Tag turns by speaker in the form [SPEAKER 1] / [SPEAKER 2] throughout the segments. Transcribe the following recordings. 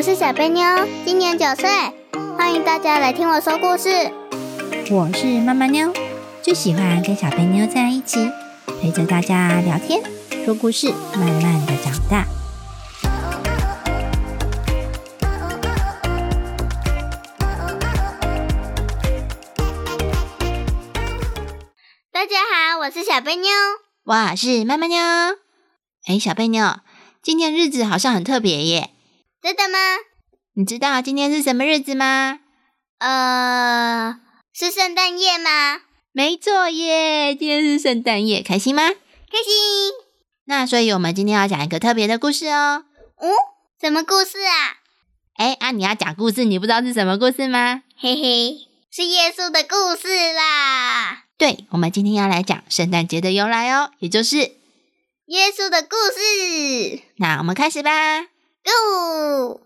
[SPEAKER 1] 是小贝妞，今年9岁，欢迎大家来听我说故事。
[SPEAKER 2] 我是妈妈妞，最喜欢跟小贝妞在一起，陪着大家聊天说故事，慢慢的长大。
[SPEAKER 1] 大家好，我是小贝妞，
[SPEAKER 2] 我是妈妈妞。小贝妞，今天日子好像很特别耶。
[SPEAKER 1] 真的吗？
[SPEAKER 2] 你知道今天是什么日子吗？
[SPEAKER 1] 是圣诞夜吗？
[SPEAKER 2] 没错耶，今天是圣诞夜，开心吗？
[SPEAKER 1] 开心。
[SPEAKER 2] 那所以我们今天要讲一个特别的故事哦。
[SPEAKER 1] 什么故事啊？
[SPEAKER 2] 你要讲故事，你不知道是什么故事吗？
[SPEAKER 1] 嘿嘿，是耶稣的故事啦。
[SPEAKER 2] 对，我们今天要来讲圣诞节的由来哦，也就是
[SPEAKER 1] 耶稣的故事。
[SPEAKER 2] 那我们开始吧。
[SPEAKER 1] Go！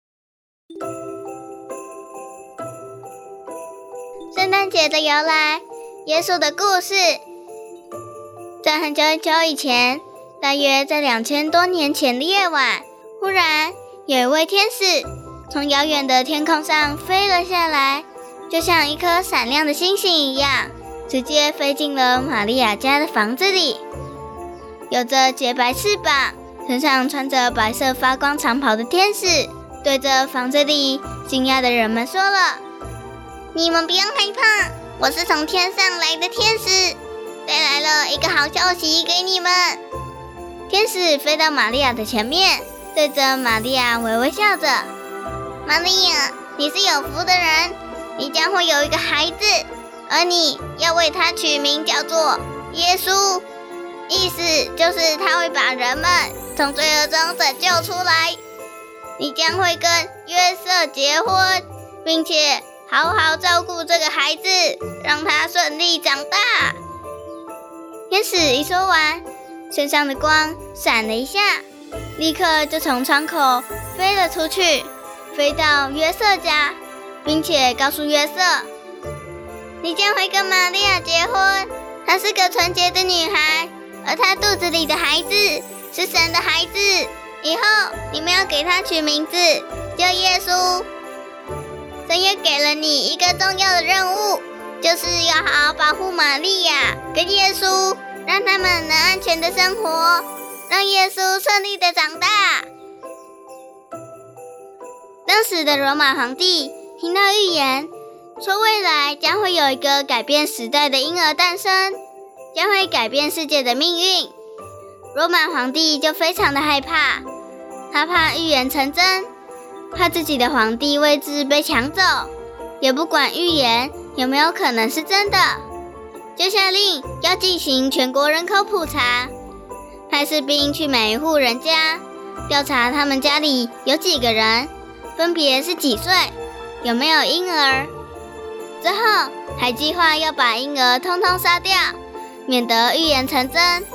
[SPEAKER 1] 圣诞节的由来，耶稣的故事。在很久很久以前，大约在2000多年前的夜晚，忽然有一位天使从遥远的天空上飞了下来，就像一颗闪亮的星星一样，直接飞进了玛利亚家的房子里。有着洁白翅膀，身上穿着白色发光长袍的天使，对着房子里惊讶的人们说了：你们不用害怕，我是从天上来的天使，带来了一个好消息给你们。天使飞到玛利亚的前面，对着玛利亚微微笑着：玛利亚，你是有福的人，你将会有一个孩子，而你要为他取名叫做耶稣，意思就是他会把人们从罪恶中拯救出来。你将会跟约瑟结婚，并且好好照顾这个孩子，让他顺利长大。天使一说完，身上的光闪了一下，立刻就从窗口飞了出去，飞到约瑟家，并且告诉约瑟：你将会跟玛利亚结婚，她是个纯洁的女孩，而她肚子里的孩子是神的孩子，以后你们要给她取名字叫耶稣。神也给了你一个重要的任务，就是要好好保护玛利亚跟耶稣，让他们能安全的生活，让耶稣顺利的长大。当时的罗马皇帝听到预言，说未来将会有一个改变时代的婴儿诞生，将会改变世界的命运。罗马皇帝就非常的害怕，他怕预言成真，怕自己的皇帝位置被抢走，也不管预言有没有可能是真的，就下令要进行全国人口普查，派士兵去每一户人家调查他们家里有几个人，分别是几岁，有没有婴儿。之后还计划要把婴儿通通杀掉，免得预言成真。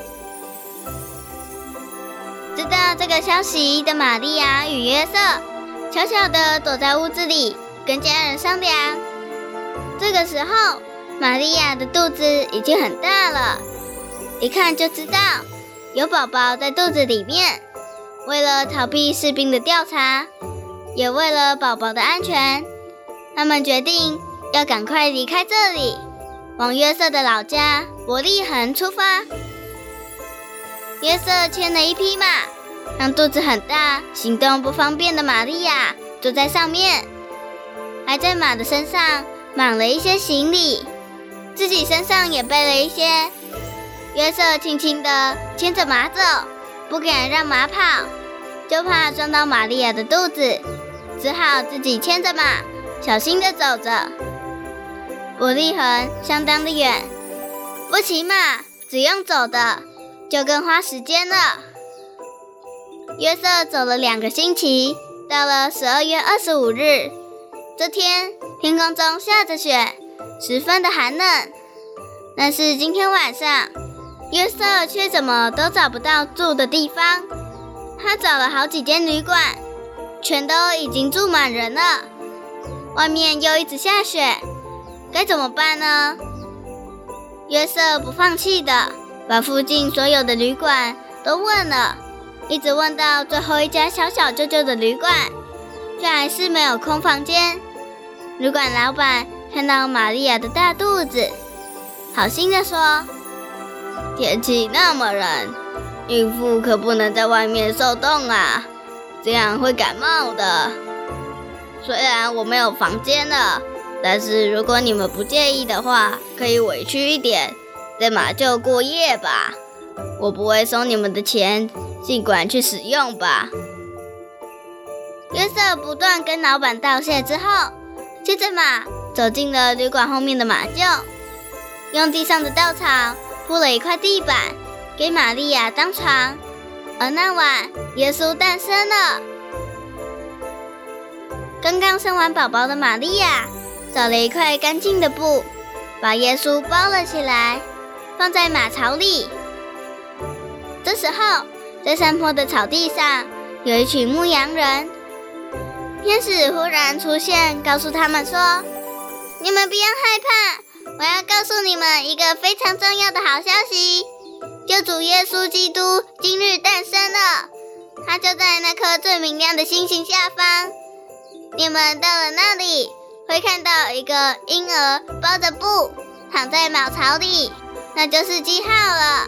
[SPEAKER 1] 知道这个消息的玛利亚与约瑟悄悄地躲在屋子里跟家人商量。这个时候玛利亚的肚子已经很大了，一看就知道有宝宝在肚子里面。为了逃避士兵的调查，也为了宝宝的安全，他们决定要赶快离开这里，往约瑟的老家伯利恒出发。约瑟牵了一匹马，让肚子很大、行动不方便的玛利亚坐在上面，还在马的身上绑了一些行李，自己身上也背了一些。约瑟轻轻地牵着马走，不敢让马跑，就怕撞到玛利亚的肚子，只好自己牵着马，小心地走着。伯利恒相当的远，不骑马，只用走的，就更花时间了。约瑟走了2个星期，到了12月25日，这天天空中下着雪，十分的寒冷。但是今天晚上，约瑟却怎么都找不到住的地方。他找了好几间旅馆，全都已经住满人了，外面又一直下雪，该怎么办呢？约瑟不放弃的把附近所有的旅馆都问了，一直问到最后一家小小旧旧的旅馆， 却还是没有空房间。旅馆老板看到玛利亚的大肚子，好心地说：天气那么冷，孕妇可不能在外面受冻啊，这样会感冒的。虽然我没有房间了，但是如果你们不介意的话，可以委屈一点，在马厩过夜吧。我不会收你们的钱，尽管去使用吧。约瑟不断跟老板道谢之后，接着马走进了旅馆后面的马厩，用地上的稻草铺了一块地板，给玛利亚当床。而那晚，耶稣诞生了。刚刚生完宝宝的玛利亚找了一块干净的布，把耶稣包了起来，放在马槽里。这时候，在山坡的草地上有一群牧羊人，天使忽然出现，告诉他们说：你们不要害怕，我要告诉你们一个非常重要的好消息，救主耶稣基督今日诞生了，他就在那颗最明亮的星星下方。你们到了那里，会看到一个婴儿包着布躺在马槽里，那就是记号了。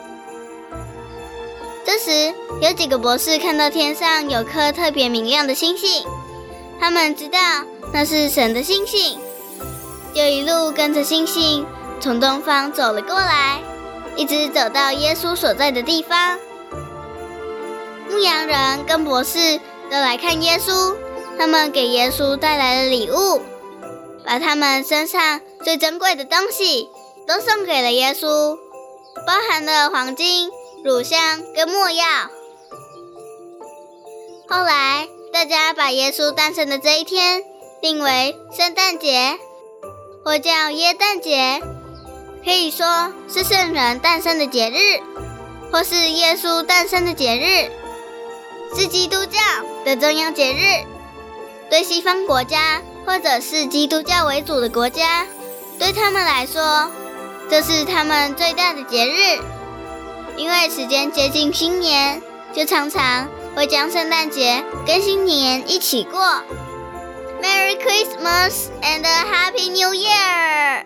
[SPEAKER 1] 这时，有几个博士看到天上有颗特别明亮的星星，他们知道那是神的星星，就一路跟着星星从东方走了过来，一直走到耶稣所在的地方。牧羊人跟博士都来看耶稣，他们给耶稣带来了礼物，把他们身上最珍贵的东西都送给了耶稣，包含了黄金、乳香跟没药。后来，大家把耶稣诞生的这一天定为圣诞节，或叫耶诞节，可以说是圣人诞生的节日，或是耶稣诞生的节日，是基督教的重要节日。对西方国家或者是基督教为主的国家，对他们来说，这是他们最大的节日。因为时间接近新年，就常常会将圣诞节跟新年一起过。Merry Christmas and Happy New Year！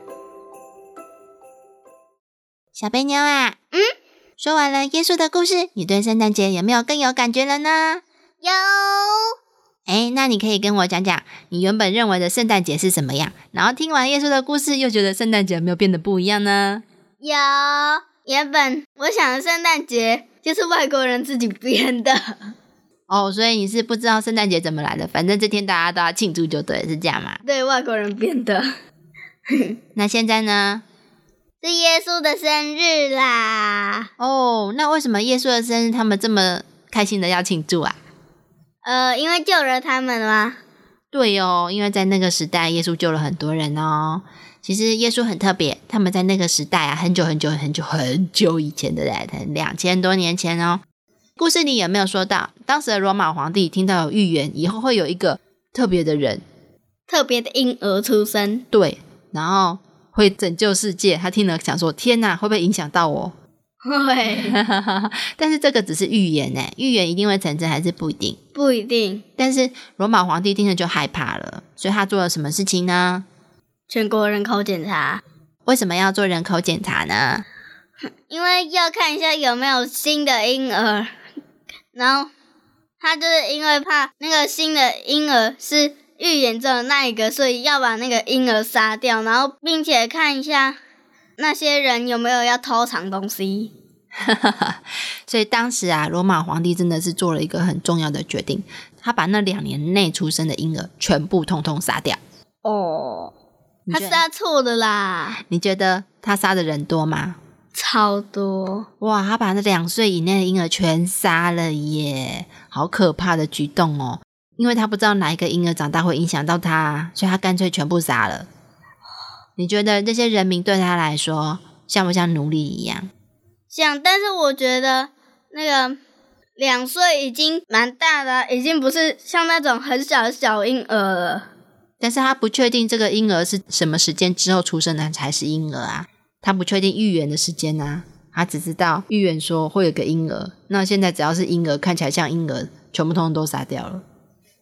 [SPEAKER 2] 小贝妞啊，说完了耶稣的故事，你对圣诞节有没有更有感觉了呢？
[SPEAKER 1] 有。
[SPEAKER 2] 那你可以跟我讲讲你原本认为的圣诞节是什么样，然后听完耶稣的故事又觉得圣诞节有没有变得不一样呢？
[SPEAKER 1] 有，原本我想的圣诞节就是外国人自己编的。
[SPEAKER 2] 所以你是不知道圣诞节怎么来的，反正这天大家都要庆祝就对了，是这样吗？
[SPEAKER 1] 对，外国人编的。
[SPEAKER 2] 那现在呢？
[SPEAKER 1] 是耶稣的生日啦。
[SPEAKER 2] 那为什么耶稣的生日他们这么开心的要庆祝啊？
[SPEAKER 1] 因为救了他们吗？
[SPEAKER 2] 对哦，因为在那个时代耶稣救了很多人哦。其实耶稣很特别，他们在那个时代啊，很久以前的2000多年前哦。故事里有没有说到，当时的罗马皇帝听到有预言以后会有一个特别的人，
[SPEAKER 1] 特别的婴儿出生？
[SPEAKER 2] 对，然后会拯救世界。他听了想说，天哪，会不会影响到我？
[SPEAKER 1] 会。
[SPEAKER 2] 但是这个只是预言耶，预言一定会成真还是不一定？
[SPEAKER 1] 不一定。
[SPEAKER 2] 但是罗马皇帝听了就害怕了，所以他做了什么事情呢？
[SPEAKER 1] 全国人口检查。
[SPEAKER 2] 为什么要做人口检查呢？
[SPEAKER 1] 因为要看一下有没有新的婴儿，然后他就是因为怕那个新的婴儿是预言中的那一个，所以要把那个婴儿杀掉，然后并且看一下那些人有没有要偷藏东西。
[SPEAKER 2] 所以当时啊，罗马皇帝真的是做了一个很重要的决定，他把那2年内出生的婴儿全部通通杀掉。
[SPEAKER 1] 他杀错的啦。
[SPEAKER 2] 你觉得他杀的人多吗？
[SPEAKER 1] 超多。
[SPEAKER 2] 哇，他把那2岁以内的婴儿全杀了耶，好可怕的举动哦。因为他不知道哪一个婴儿长大会影响到他，所以他干脆全部杀了。你觉得这些人民对他来说像不像奴隶一样？
[SPEAKER 1] 像，但是我觉得那个2岁已经蛮大的，已经不是像那种很小的小婴儿了。
[SPEAKER 2] 但是他不确定这个婴儿是什么时间之后出生的才是婴儿啊，他不确定预言的时间啊，他只知道预言说会有个婴儿，那现在只要是婴儿看起来像婴儿，全部通通都杀掉了。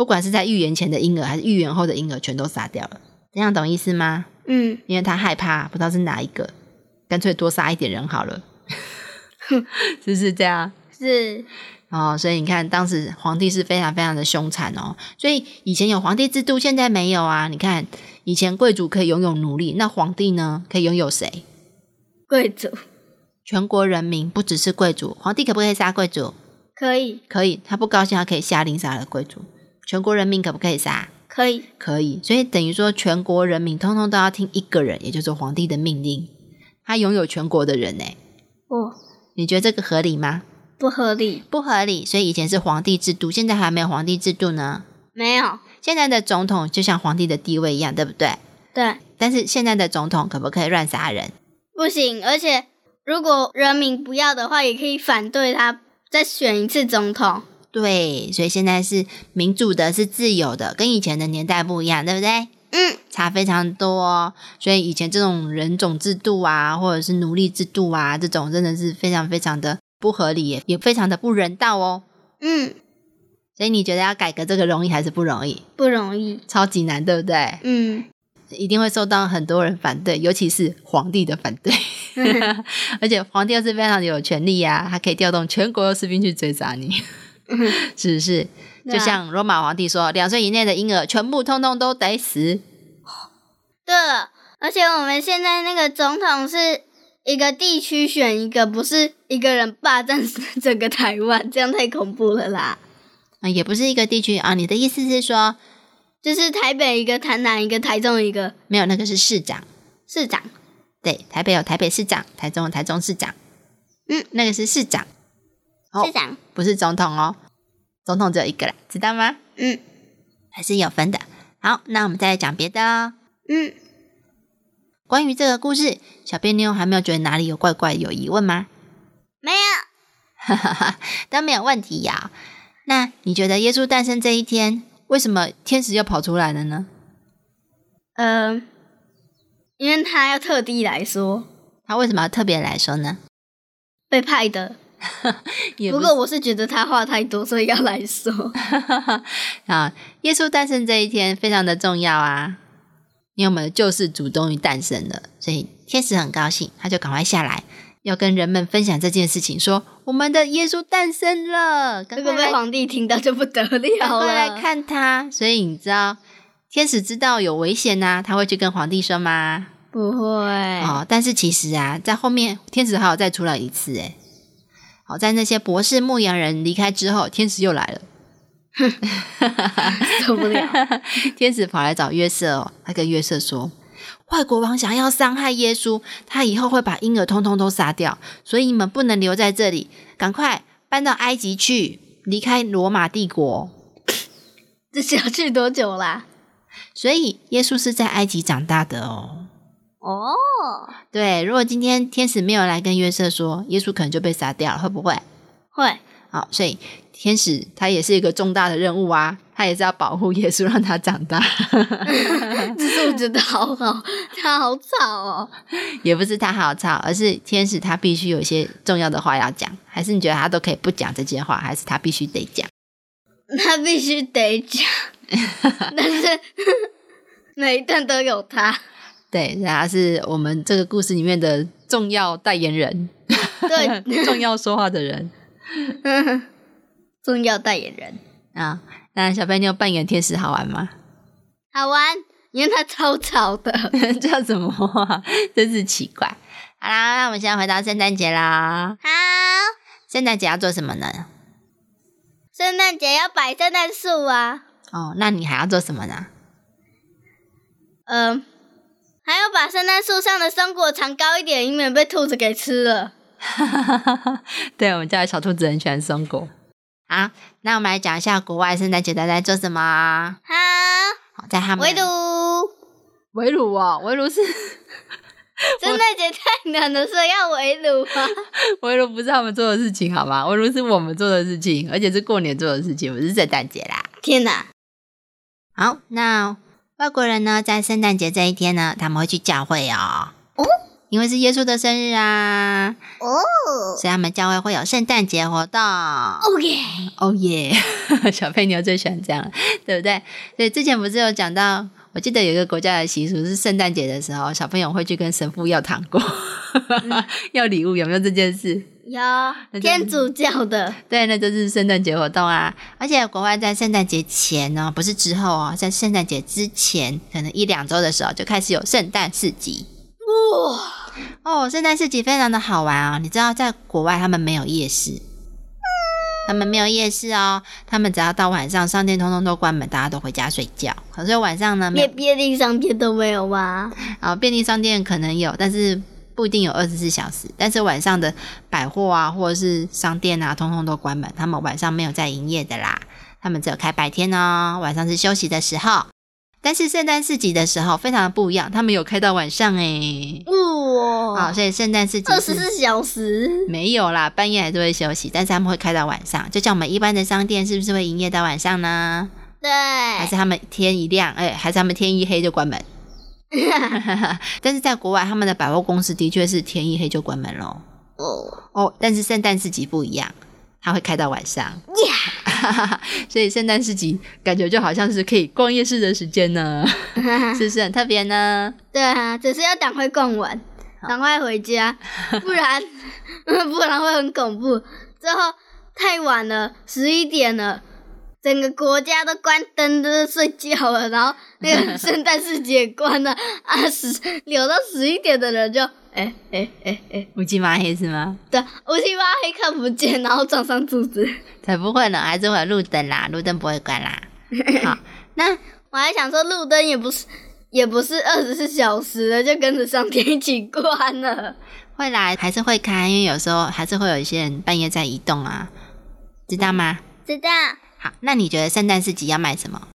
[SPEAKER 2] 不管是在预言前的婴儿还是预言后的婴儿全都杀掉了。这样懂意思吗？因为他害怕不知道是哪一个，干脆多杀一点人好了。是不是这样？
[SPEAKER 1] 是
[SPEAKER 2] 所以你看当时皇帝是非常非常的凶残所以以前有皇帝制度，现在没有啊。你看以前贵族可以拥有奴隶，那皇帝呢可以拥有谁？
[SPEAKER 1] 贵族。
[SPEAKER 2] 全国人民，不只是贵族。皇帝可不可以杀贵族？
[SPEAKER 1] 可以。
[SPEAKER 2] 可以，他不高兴他可以下令杀了贵族。全国人民可不可以杀？
[SPEAKER 1] 可以。
[SPEAKER 2] 可以，所以等于说全国人民通通都要听一个人，也就是皇帝的命令。他拥有全国的人你觉得这个合理吗？
[SPEAKER 1] 不合理。
[SPEAKER 2] 不合理。所以以前是皇帝制度，现在还没有皇帝制度呢？
[SPEAKER 1] 没有。
[SPEAKER 2] 现在的总统就像皇帝的地位一样，对不对？
[SPEAKER 1] 对。
[SPEAKER 2] 但是现在的总统可不可以乱杀人？
[SPEAKER 1] 不行，而且如果人民不要的话，也可以反对他再选一次总统。
[SPEAKER 2] 对，所以现在是民主的，是自由的，跟以前的年代不一样，对不对？差非常多所以以前这种人种制度啊，或者是奴隶制度啊，这种真的是非常非常的不合理，也非常的不人道所以你觉得要改革这个容易还是不容易？
[SPEAKER 1] 不容易。
[SPEAKER 2] 超级难，对不对？一定会受到很多人反对，尤其是皇帝的反对而且皇帝又是非常的有权力啊，他可以调动全国的士兵去追杀你是不是？就像罗马皇帝说2岁以内的婴儿全部通通都得死。
[SPEAKER 1] 对了，而且我们现在那个总统是一个地区选一个，不是一个人霸占整个台湾，这样太恐怖了啦。
[SPEAKER 2] 也不是一个地区你的意思是说
[SPEAKER 1] 就是台北一个，台南一个，台中一个？
[SPEAKER 2] 没有，那个是市长。
[SPEAKER 1] 市长。
[SPEAKER 2] 对，台北有台北市长，台中有台中市长。那个是市长。
[SPEAKER 1] 市长
[SPEAKER 2] 不是总统总统只有一个啦，知道吗？还是有分的。好，那我们再来讲别的关于这个故事，小别妞还没有觉得哪里有怪怪有疑问吗？
[SPEAKER 1] 没有
[SPEAKER 2] 都没有问题呀。那你觉得耶稣诞生这一天，为什么天使又跑出来了呢？
[SPEAKER 1] 因为他要特地来说。
[SPEAKER 2] 他为什么要特别来说呢？
[SPEAKER 1] 被派的不过我是觉得他话太多，所以要来说
[SPEAKER 2] 耶稣诞生这一天非常的重要啊，因为我们的救世主终于诞生了，所以天使很高兴，他就赶快下来要跟人们分享这件事情，说我们的耶稣诞生了，
[SPEAKER 1] 这个被皇帝听到就不得了了，
[SPEAKER 2] 赶快来看他。所以你知道天使知道有危险他会去跟皇帝说吗？
[SPEAKER 1] 不会
[SPEAKER 2] 但是其实在后面天使还有再出来一次在那些博士牧羊人离开之后，天使又来了
[SPEAKER 1] 受不了
[SPEAKER 2] 天使跑来找约瑟他跟约瑟说，坏国王想要伤害耶稣，他以后会把婴儿通通都杀掉，所以你们不能留在这里，赶快搬到埃及去，离开罗马帝国。
[SPEAKER 1] 这是要去多久啦？
[SPEAKER 2] 所以耶稣是在埃及长大的对，如果今天天使没有来跟约瑟说，耶稣可能就被杀掉了，会不会？
[SPEAKER 1] 会。
[SPEAKER 2] 好，所以天使他也是一个重大的任务他也是要保护耶稣，让他长大
[SPEAKER 1] 只是我觉得好好，他好吵
[SPEAKER 2] 也不是他好吵，而是天使他必须有一些重要的话要讲，还是你觉得他都可以不讲这些话，还是他必须得讲？
[SPEAKER 1] 他必须得讲但是每一段都有他。
[SPEAKER 2] 对，他是我们这个故事里面的重要代言人
[SPEAKER 1] 对
[SPEAKER 2] 重要说话的人
[SPEAKER 1] 重要代言人
[SPEAKER 2] 那小贝妞扮演天使好玩吗？
[SPEAKER 1] 好玩，因为他超吵的
[SPEAKER 2] 叫什么真是奇怪。好啦，那我们现在回到圣诞节啦。
[SPEAKER 1] 好，
[SPEAKER 2] 圣诞节要做什么呢？
[SPEAKER 1] 圣诞节要摆圣诞树
[SPEAKER 2] 那你还要做什么呢？
[SPEAKER 1] 还要把圣诞树上的松果藏高一点，以免被兔子给吃了
[SPEAKER 2] 对，我们家的小兔子很喜欢松果。好，那我们来讲一下国外圣诞节大家在做什么。好，在他们
[SPEAKER 1] 围炉
[SPEAKER 2] 围炉是
[SPEAKER 1] 圣诞节太难了，所以要围炉
[SPEAKER 2] 围炉不是他们做的事情好吗？围炉是我们做的事情，而且是过年做的事情，不是圣诞节啦。
[SPEAKER 1] 天哪。
[SPEAKER 2] 好，那外国人呢，在圣诞节这一天呢，他们会去教会因为是耶稣的生日啊，所以他们教会会有圣诞节活动。哦耶！小佩妞最喜欢这样了，对不对？所以之前不是有讲到，我记得有一个国家的习俗是圣诞节的时候，小朋友会去跟神父要糖果、要礼物，有没有这件事？
[SPEAKER 1] 有，天主教的。
[SPEAKER 2] 对，那就是圣诞节活动啊。而且国外在圣诞节前呢，不是之后哦，在圣诞节之前，可能1-2周的时候就开始有圣诞市集。哇！圣诞市集非常的好玩啊！你知道在国外他们没有夜市，他们没有夜市哦，他们只要到晚上，商店通通都关门，大家都回家睡觉。可是晚上呢，
[SPEAKER 1] 便利商店都没有吗？
[SPEAKER 2] 便利商店可能有，但是不一定有24小时。但是晚上的百货啊，或者是商店啊，通通都关门，他们晚上没有在营业的啦，他们只有开白天哦，晚上是休息的时候。但是圣诞市集的时候非常的不一样，他们有开到晚上耶。哇！所以圣诞市集
[SPEAKER 1] 24小时
[SPEAKER 2] 没有啦，半夜还是会休息，但是他们会开到晚上，就像我们一般的商店是不是会营业到晚上呢？
[SPEAKER 1] 对，
[SPEAKER 2] 还是他们天一亮，还是他们天一黑就关门？但是在国外，他们的百货公司的确是天一黑就关门咯。但是圣诞市集不一样，它会开到晚上。所以圣诞市集感觉就好像是可以逛夜市的时间呢，是不是很特别呢？
[SPEAKER 1] 对啊，只是要赶快逛完，赶快回家，不然会很恐怖。之后太晚了，11点了，整个国家都关灯，都睡觉了，然后那个圣诞市集也关了啊，留到11点的人就
[SPEAKER 2] 乌漆嘛黑是吗？
[SPEAKER 1] 对，乌漆嘛黑看不见，然后撞上柱子。
[SPEAKER 2] 才不会呢，还是会有路灯啦，路灯不会关啦。好，那
[SPEAKER 1] 我还想说路灯也不是24小时的，就跟着商店一起关了。
[SPEAKER 2] 会啦，还是会开，因为有时候还是会有一些人半夜在移动啊，知道吗？
[SPEAKER 1] 知道。
[SPEAKER 2] 好，那你觉得圣诞市集要卖什么？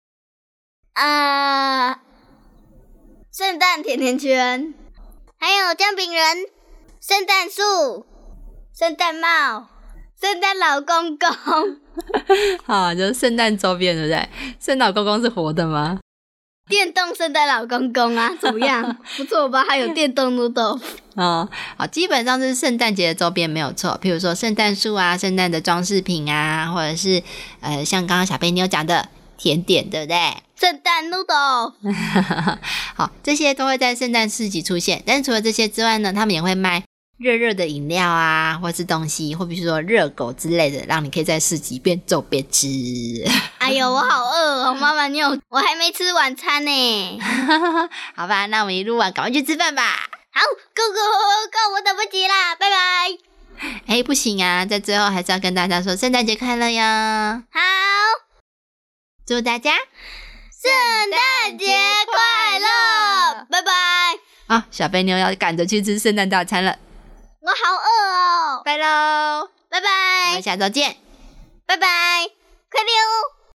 [SPEAKER 1] 圣诞甜甜圈，还有姜饼人、圣诞树、圣诞帽、圣诞老公公。
[SPEAKER 2] 好，就是圣诞周边，对不对？圣诞老公公是活的吗？
[SPEAKER 1] 电动圣诞老公公啊，怎么样？不错吧？还有电动noodle。
[SPEAKER 2] 好，基本上是圣诞节的周边没有错，譬如说圣诞树啊、圣诞的装饰品啊，或者是像刚刚小贝妞讲的甜点，对不对？
[SPEAKER 1] 圣诞 noodle。
[SPEAKER 2] 好，这些都会在圣诞市集出现。但是除了这些之外呢，他们也会卖热热的饮料啊，或是东西，或比如说热狗之类的，让你可以在市集边走边吃。
[SPEAKER 1] 哎呦，我好饿哦，妈妈我还没吃晚餐呢。
[SPEAKER 2] 好吧，那我们一录完，赶快去吃饭吧。
[SPEAKER 1] 好 ，Go， 我等不及啦，拜拜。
[SPEAKER 2] 不行啊，在最后还是要跟大家说圣诞节快乐呀！
[SPEAKER 1] 好，
[SPEAKER 2] 祝大家
[SPEAKER 1] 圣诞节快乐，拜拜。
[SPEAKER 2] 小贝妞要赶着去吃圣诞大餐了，
[SPEAKER 1] 我好饿哦。
[SPEAKER 2] 拜喽，
[SPEAKER 1] 拜拜，
[SPEAKER 2] 我们下周见，
[SPEAKER 1] 拜拜，快溜。